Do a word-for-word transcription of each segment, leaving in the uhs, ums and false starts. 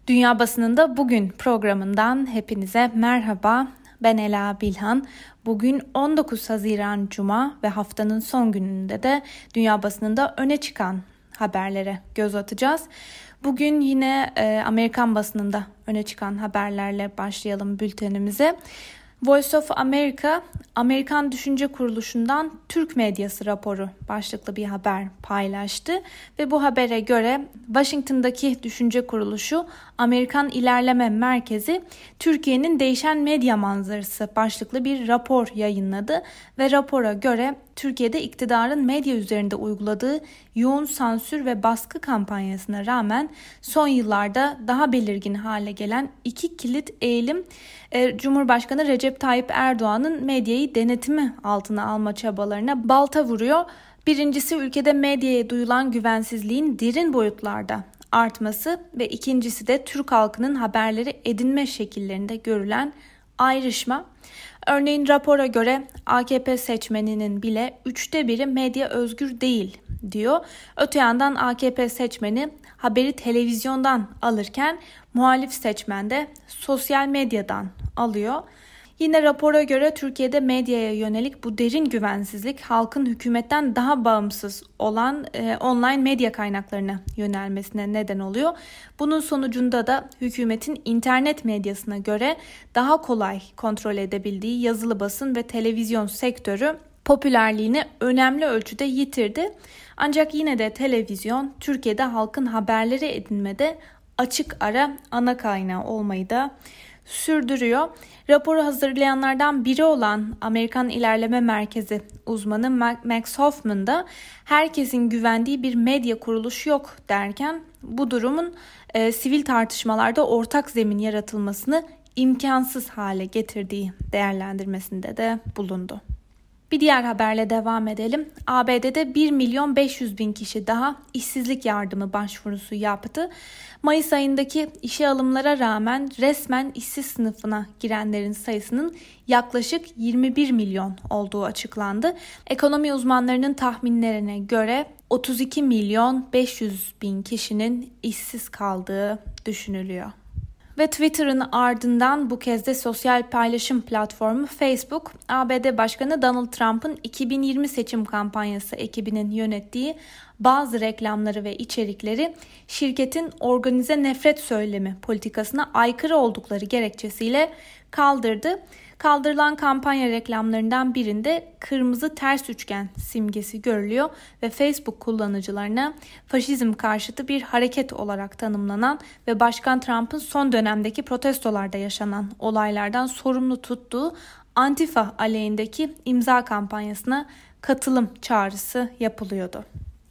Dünya Basınında Bugün programından hepinize merhaba. Ben Ela Bilhan. Bugün on dokuz Haziran Cuma ve haftanın son gününde de dünya basınında öne çıkan haberlere göz atacağız. Bugün yine e, Amerikan basınında öne çıkan haberlerle başlayalım bültenimize. Voice of America, Amerikan Düşünce Kuruluşu'ndan Türk Medyası raporu başlıklı bir haber paylaştı ve bu habere göre Washington'daki Düşünce Kuruluşu Amerikan İlerleme Merkezi Türkiye'nin değişen medya manzarası başlıklı bir rapor yayınladı ve rapora göre Türkiye'de iktidarın medya üzerinde uyguladığı yoğun sansür ve baskı kampanyasına rağmen son yıllarda daha belirgin hale gelen iki kilit eğilim e, Cumhurbaşkanı Recep Tayyip Erdoğan'ın medyayı denetimi altına alma çabalarına balta vuruyor. Birincisi ülkede medyaya duyulan güvensizliğin derin boyutlarda artması ve ikincisi de Türk halkının haberleri edinme şekillerinde görülen ayrışma. Örneğin rapora göre A K P seçmeninin bile üçte biri medya özgür değil diyor. Öte yandan A K P seçmeni haberi televizyondan alırken muhalif seçmen de sosyal medyadan alıyor. Yine rapora göre Türkiye'de medyaya yönelik bu derin güvensizlik halkın hükümetten daha bağımsız olan e, online medya kaynaklarına yönelmesine neden oluyor. Bunun sonucunda da hükümetin internet medyasına göre daha kolay kontrol edebildiği yazılı basın ve televizyon sektörü popülerliğini önemli ölçüde yitirdi. Ancak yine de televizyon Türkiye'de halkın haberleri edinmede açık ara ana kaynağı olmayı da sürdürüyor. Raporu hazırlayanlardan biri olan Amerikan İlerleme Merkezi uzmanı Max Hoffman da herkesin güvendiği bir medya kuruluşu yok derken bu durumun e, sivil tartışmalarda ortak zemin yaratılmasını imkansız hale getirdiği değerlendirmesinde de bulundu. Bir diğer haberle devam edelim. A B D'de bir milyon beş yüz bin kişi daha işsizlik yardımı başvurusu yaptı. Mayıs ayındaki işe alımlara rağmen resmen işsiz sınıfına girenlerin sayısının yaklaşık yirmi bir milyon olduğu açıklandı. Ekonomi uzmanlarının tahminlerine göre otuz iki milyon beş yüz bin kişinin işsiz kaldığı düşünülüyor. Ve Twitter'ın ardından bu kez de sosyal paylaşım platformu Facebook, A B D Başkanı Donald Trump'ın iki bin yirmi seçim kampanyası ekibinin yönettiği bazı reklamları ve içerikleri şirketin organize nefret söylemi politikasına aykırı oldukları gerekçesiyle kaldırdı. Kaldırılan kampanya reklamlarından birinde kırmızı ters üçgen simgesi görülüyor ve Facebook kullanıcılarına faşizm karşıtı bir hareket olarak tanımlanan ve Başkan Trump'ın son dönemdeki protestolarda yaşanan olaylardan sorumlu tuttuğu Antifa aleyhindeki imza kampanyasına katılım çağrısı yapılıyordu.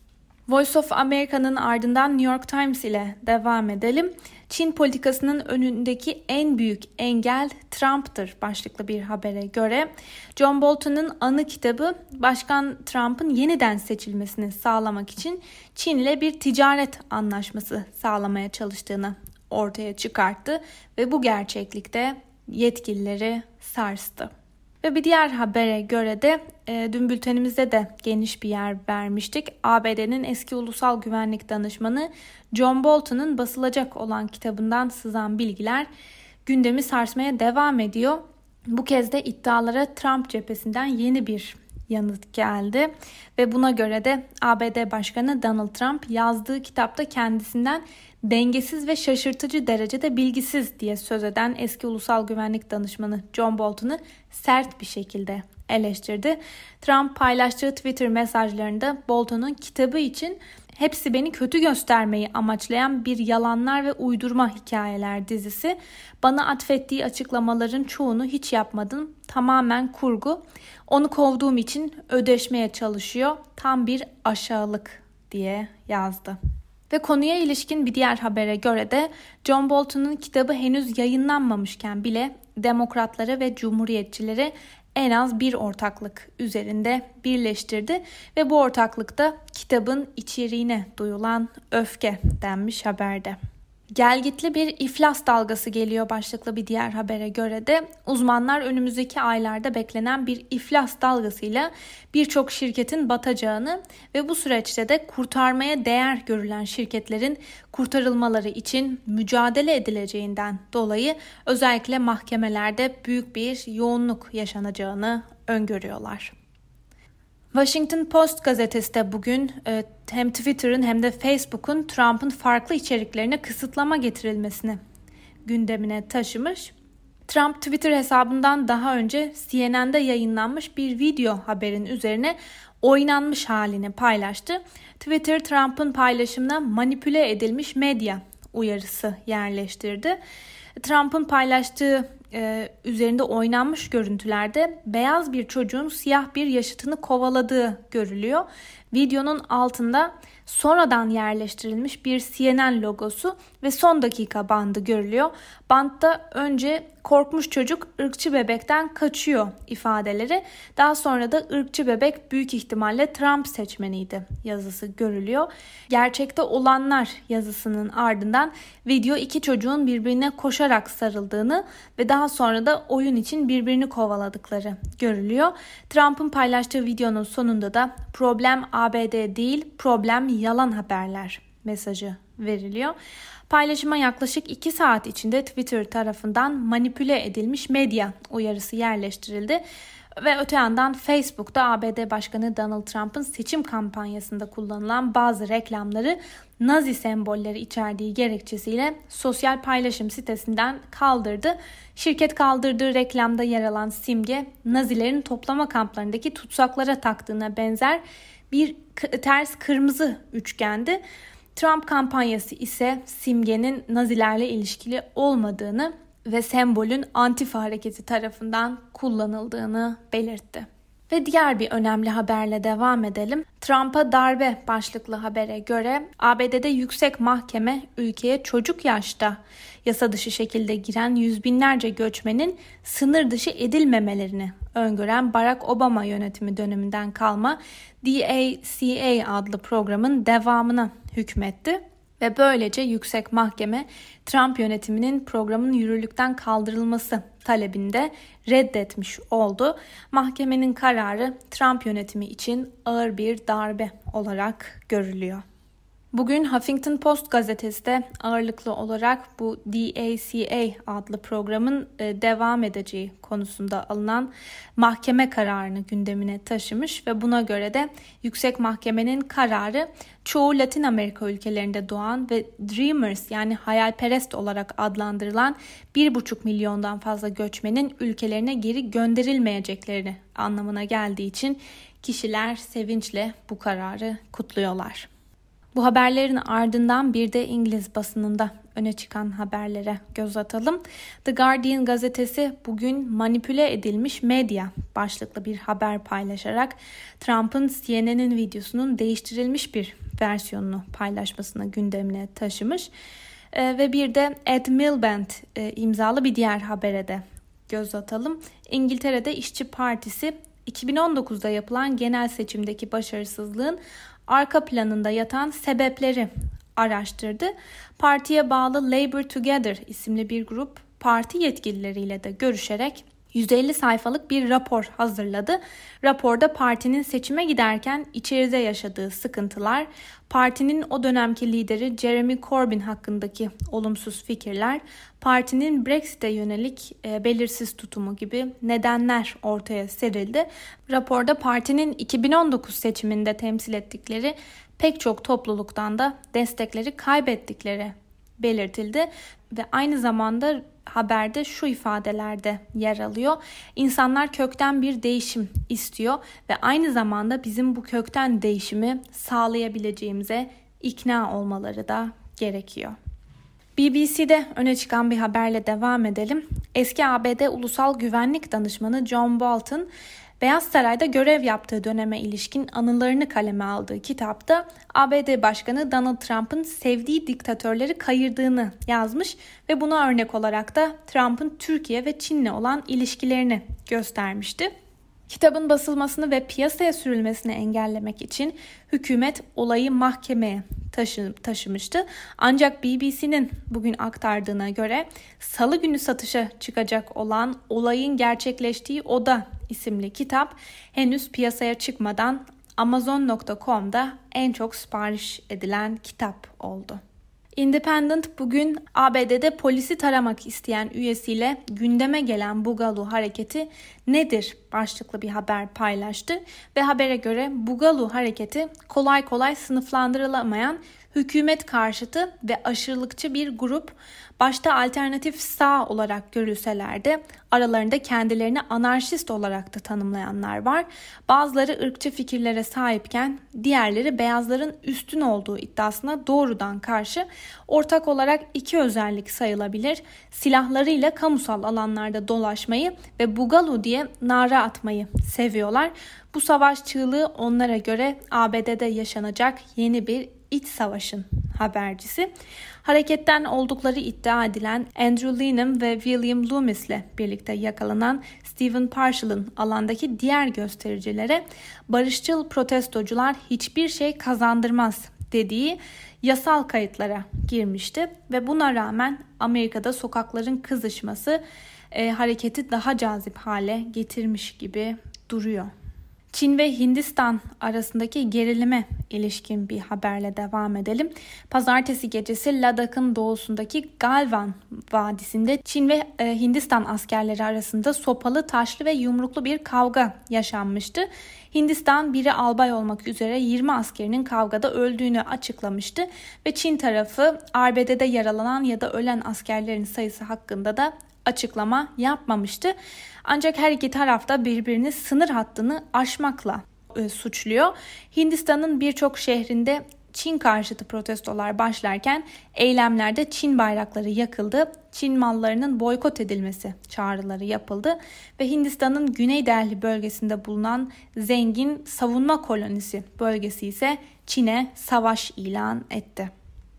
Voice of America'nın ardından New York Times ile devam edelim. Çin politikasının önündeki en büyük engel Trump'tır başlıklı bir habere göre John Bolton'un anı kitabı Başkan Trump'ın yeniden seçilmesini sağlamak için Çin ile bir ticaret anlaşması sağlamaya çalıştığını ortaya çıkarttı ve bu gerçeklikte yetkilileri sarstı. Ve bir diğer habere göre de e, dün bültenimizde de geniş bir yer vermiştik. A B D'nin eski ulusal güvenlik danışmanı John Bolton'un basılacak olan kitabından sızan bilgiler gündemi sarsmaya devam ediyor. Bu kez de iddialara Trump cephesinden yeni bir yanıt geldi ve buna göre de A B D Başkanı Donald Trump yazdığı kitapta kendisinden dengesiz ve şaşırtıcı derecede bilgisiz diye söz eden eski ulusal güvenlik danışmanı John Bolton'u sert bir şekilde eleştirdi. Trump paylaştığı Twitter mesajlarında Bolton'un kitabı için hepsi beni kötü göstermeyi amaçlayan bir yalanlar ve uydurma hikayeler dizisi. Bana atfettiği açıklamaların çoğunu hiç yapmadım. Tamamen kurgu. Onu kovduğum için ödeşmeye çalışıyor. Tam bir aşağılık diye yazdı. Ve konuya ilişkin bir diğer habere göre de John Bolton'un kitabı henüz yayınlanmamışken bile demokratları ve cumhuriyetçileri en az bir ortaklık üzerinde birleştirdi ve bu ortaklıkta kitabın içeriğine duyulan öfke denmiş haberde. Gelgitli bir iflas dalgası geliyor başlıklı bir diğer habere göre de uzmanlar önümüzdeki aylarda beklenen bir iflas dalgasıyla birçok şirketin batacağını ve bu süreçte de kurtarmaya değer görülen şirketlerin kurtarılmaları için mücadele edileceğinden dolayı özellikle mahkemelerde büyük bir yoğunluk yaşanacağını öngörüyorlar. Washington Post gazetesi de bugün e, hem Twitter'ın hem de Facebook'un Trump'ın farklı içeriklerine kısıtlama getirilmesini gündemine taşımış. Trump Twitter hesabından daha önce C N N'de yayınlanmış bir video haberin üzerine oynanmış halini paylaştı. Twitter Trump'ın paylaşımına manipüle edilmiş medya uyarısı yerleştirdi. Trump'ın paylaştığı e, üzerinde oynanmış görüntülerde beyaz bir çocuğun siyah bir yaşıtını kovaladığı görülüyor. Videonun altında sonradan yerleştirilmiş bir C N N logosu ve son dakika bandı görülüyor. Bantta önce korkmuş çocuk ırkçı bebekten kaçıyor ifadeleri. Daha sonra da ırkçı bebek büyük ihtimalle Trump seçmeniydi yazısı görülüyor. Gerçekte olanlar yazısının ardından video iki çocuğun birbirine koşarak sarıldığını ve daha sonra da oyun için birbirini kovaladıkları görülüyor. Trump'ın paylaştığı videonun sonunda da problem A B D değil, problem yalan haberler mesajı veriliyor. Paylaşıma yaklaşık iki saat içinde Twitter tarafından manipüle edilmiş medya uyarısı yerleştirildi. Ve öte yandan Facebook'ta A B D Başkanı Donald Trump'ın seçim kampanyasında kullanılan bazı reklamları Nazi sembolleri içerdiği gerekçesiyle sosyal paylaşım sitesinden kaldırdı. Şirket kaldırdığı reklamda yer alan simge Nazilerin toplama kamplarındaki tutsaklara taktığına benzer bir ters kırmızı üçgendi. Trump kampanyası ise simgenin Nazilerle ilişkili olmadığını ve sembolün Antifa hareketi tarafından kullanıldığını belirtti. Ve diğer bir önemli haberle devam edelim. Trump'a darbe başlıklı habere göre A B D'de yüksek mahkeme ülkeye çocuk yaşta yasa dışı şekilde giren yüz binlerce göçmenin sınır dışı edilmemelerini öngören Barack Obama yönetimi döneminden kalma D A C A adlı programın devamına hükmetti. Ve böylece yüksek mahkeme Trump yönetiminin programın yürürlükten kaldırılması talebinde reddetmiş oldu. Mahkemenin kararı Trump yönetimi için ağır bir darbe olarak görülüyor. Bugün Huffington Post gazetesi de ağırlıklı olarak bu D A C A adlı programın devam edeceği konusunda alınan mahkeme kararını gündemine taşımış ve buna göre de yüksek mahkemenin kararı çoğu Latin Amerika ülkelerinde doğan ve Dreamers yani hayalperest olarak adlandırılan bir buçuk milyondan fazla göçmenin ülkelerine geri gönderilmeyecekleri anlamına geldiği için kişiler sevinçle bu kararı kutluyorlar. Bu haberlerin ardından bir de İngiliz basınında öne çıkan haberlere göz atalım. The Guardian gazetesi bugün manipüle edilmiş medya başlıklı bir haber paylaşarak Trump'ın C N N'in videosunun değiştirilmiş bir versiyonunu paylaşmasını gündemine taşımış. Ee, ve bir de Ed Miliband e, imzalı bir diğer habere de göz atalım. İngiltere'de İşçi Partisi iki bin on dokuzda yapılan genel seçimdeki başarısızlığın arka planında yatan sebepleri araştırdı. Partiye bağlı Labour Together isimli bir grup parti yetkilileriyle de görüşerek yüz elli sayfalık bir rapor hazırladı. Raporda partinin seçime giderken içeride yaşadığı sıkıntılar, partinin o dönemki lideri Jeremy Corbyn hakkındaki olumsuz fikirler, partinin Brexit'e yönelik e, belirsiz tutumu gibi nedenler ortaya serildi. Raporda partinin iki bin on dokuz seçiminde temsil ettikleri pek çok topluluktan da destekleri kaybettikleri belirtildi ve aynı zamanda haberde şu ifadelerde yer alıyor. İnsanlar kökten bir değişim istiyor ve aynı zamanda bizim bu kökten değişimi sağlayabileceğimize ikna olmaları da gerekiyor. B B C'de öne çıkan bir haberle devam edelim. Eski A B D Ulusal Güvenlik Danışmanı John Bolton, Beyaz Saray'da görev yaptığı döneme ilişkin anılarını kaleme aldığı kitapta A B D Başkanı Donald Trump'ın sevdiği diktatörleri kayırdığını yazmış ve buna örnek olarak da Trump'ın Türkiye ve Çin'le olan ilişkilerini göstermişti. Kitabın basılmasını ve piyasaya sürülmesini engellemek için hükümet olayı mahkemeye taşı, taşımıştı. Ancak B B C'nin bugün aktardığına göre Salı günü satışa çıkacak olan Olayın Gerçekleştiği Oda isimli kitap henüz piyasaya çıkmadan Amazon nokta com'da en çok sipariş edilen kitap oldu. Independent bugün A B D'de polisi taramak isteyen üyesiyle gündeme gelen Boogaloo hareketi nedir başlıklı bir haber paylaştı ve habere göre Boogaloo hareketi kolay kolay sınıflandırılamayan hükümet karşıtı ve aşırılıkçı bir grup. Başta alternatif sağ olarak görülseler de aralarında kendilerini anarşist olarak da tanımlayanlar var. Bazıları ırkçı fikirlere sahipken diğerleri beyazların üstün olduğu iddiasına doğrudan karşı. Ortak olarak iki özellik sayılabilir: silahlarıyla kamusal alanlarda dolaşmayı ve Boogaloo diye nara atmayı seviyorlar. Bu savaş çığlığı onlara göre A B D'de yaşanacak yeni bir iç savaşın habercisi. Hareketten oldukları iddia edilen Andrew Linham ve William Loomis ile birlikte yakalanan Stephen Parshall'ın alandaki diğer göstericilere barışçıl protestocular hiçbir şey kazandırmaz dediği yasal kayıtlara girmişti ve buna rağmen Amerika'da sokakların kızışması e, hareketi daha cazip hale getirmiş gibi duruyor. Çin ve Hindistan arasındaki gerilime ilişkin bir haberle devam edelim. Pazartesi gecesi Ladak'ın doğusundaki Galwan Vadisi'nde Çin ve Hindistan askerleri arasında sopalı, taşlı ve yumruklu bir kavga yaşanmıştı. Hindistan biri albay olmak üzere yirmi askerinin kavgada öldüğünü açıklamıştı ve Çin tarafı arbedede yaralanan ya da ölen askerlerin sayısı hakkında da açıklama yapmamıştı. Ancak her iki taraf da birbirini sınır hattını aşmakla e, suçluyor. Hindistan'ın birçok şehrinde Çin karşıtı protestolar başlarken eylemlerde Çin bayrakları yakıldı. Çin mallarının boykot edilmesi çağrıları yapıldı ve Hindistan'ın Güney Delhi bölgesinde bulunan zengin savunma kolonisi bölgesi ise Çin'e savaş ilan etti.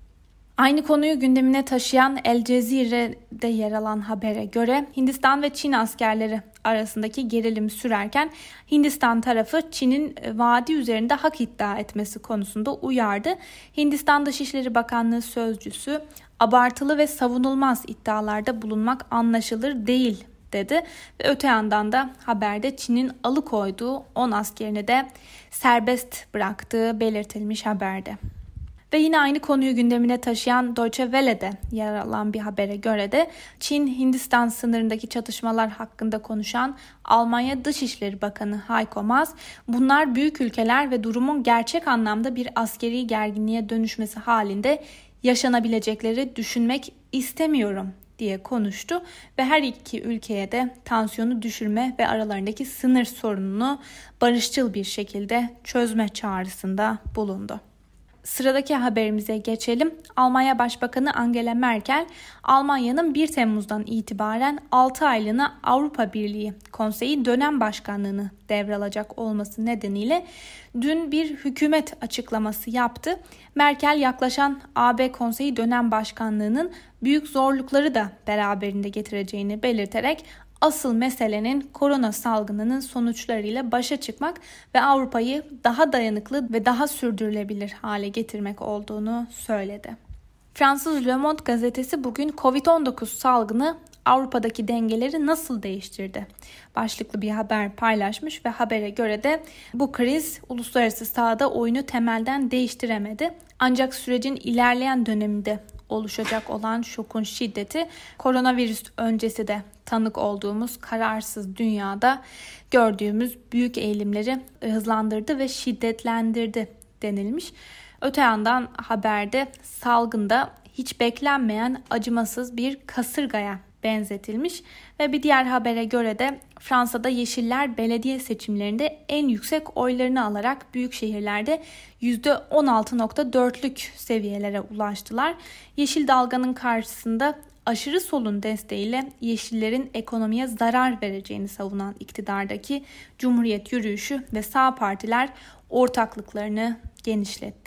Aynı konuyu gündemine taşıyan El Cezire'de yer alan habere göre Hindistan ve Çin askerleri arasındaki gerilim sürerken Hindistan tarafı Çin'in vadi üzerinde hak iddia etmesi konusunda uyardı. Hindistan Dışişleri Bakanlığı sözcüsü abartılı ve savunulmaz iddialarda bulunmak anlaşılır değil dedi ve öte yandan da haberde Çin'in alıkoyduğu on askerini de serbest bıraktığı belirtilmiş haberde. Ve yine aynı konuyu gündemine taşıyan Deutsche Welle'de yer alan bir habere göre de Çin-Hindistan sınırındaki çatışmalar hakkında konuşan Almanya Dışişleri Bakanı Heiko Maas, bunlar büyük ülkeler ve durumun gerçek anlamda bir askeri gerginliğe dönüşmesi halinde yaşanabilecekleri düşünmek istemiyorum diye konuştu ve her iki ülkeye de tansiyonu düşürme ve aralarındaki sınır sorununu barışçıl bir şekilde çözme çağrısında bulundu. Sıradaki haberimize geçelim. Almanya Başbakanı Angela Merkel, Almanya'nın bir Temmuz'dan itibaren altı aylığına Avrupa Birliği Konseyi dönem başkanlığını devralacak olması nedeniyle dün bir hükümet açıklaması yaptı. Merkel yaklaşan A B Konseyi dönem başkanlığının büyük zorlukları da beraberinde getireceğini belirterek asıl meselenin korona salgınının sonuçlarıyla başa çıkmak ve Avrupa'yı daha dayanıklı ve daha sürdürülebilir hale getirmek olduğunu söyledi. Fransız Le Monde gazetesi bugün kovid on dokuz salgını Avrupa'daki dengeleri nasıl değiştirdi başlıklı bir haber paylaşmış ve habere göre de bu kriz uluslararası sahada oyunu temelden değiştiremedi. Ancak sürecin ilerleyen döneminde oluşacak olan şokun şiddeti koronavirüs öncesi de tanık olduğumuz kararsız dünyada gördüğümüz büyük eğilimleri hızlandırdı ve şiddetlendirdi denilmiş. Öte yandan haberde salgında hiç beklenmeyen acımasız bir kasırgaya benzetilmiş ve bir diğer habere göre de Fransa'da Yeşiller belediye seçimlerinde en yüksek oylarını alarak büyük şehirlerde yüzde on altı virgül dörtlük seviyelere ulaştılar. Yeşil dalganın karşısında aşırı solun desteğiyle Yeşillerin ekonomiye zarar vereceğini savunan iktidardaki Cumhuriyet Yürüyüşü ve sağ partiler ortaklıklarını genişletti.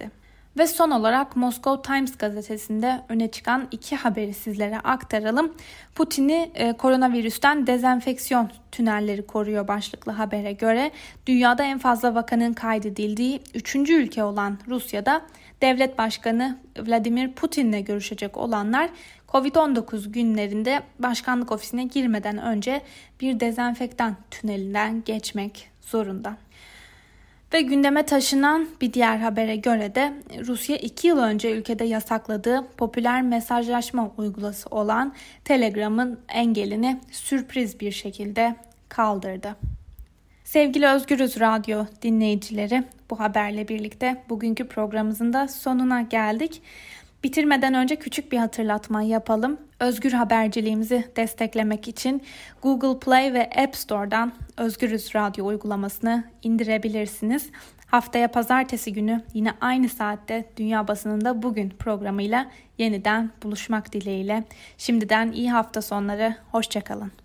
Ve son olarak Moscow Times gazetesinde öne çıkan iki haberi sizlere aktaralım. Putin'i e, koronavirüsten dezenfeksiyon tünelleri koruyor başlıklı habere göre dünyada en fazla vakanın kaydedildiği üçüncü ülke olan Rusya'da devlet başkanı Vladimir Putin'le görüşecek olanlar kovid on dokuz günlerinde başkanlık ofisine girmeden önce bir dezenfektan tünelinden geçmek zorunda. Ve gündeme taşınan bir diğer habere göre de Rusya iki yıl önce ülkede yasakladığı popüler mesajlaşma uygulaması olan Telegram'ın engelini sürpriz bir şekilde kaldırdı. Sevgili Özgürüz Radyo dinleyicileri, bu haberle birlikte bugünkü programımızın da sonuna geldik. Bitirmeden önce küçük bir hatırlatma yapalım. Özgür haberciliğimizi desteklemek için Google Play ve App Store'dan Özgürüz Radyo uygulamasını indirebilirsiniz. Haftaya pazartesi günü yine aynı saatte Dünya Basınında Bugün programıyla yeniden buluşmak dileğiyle. Şimdiden iyi hafta sonları, hoşça kalın.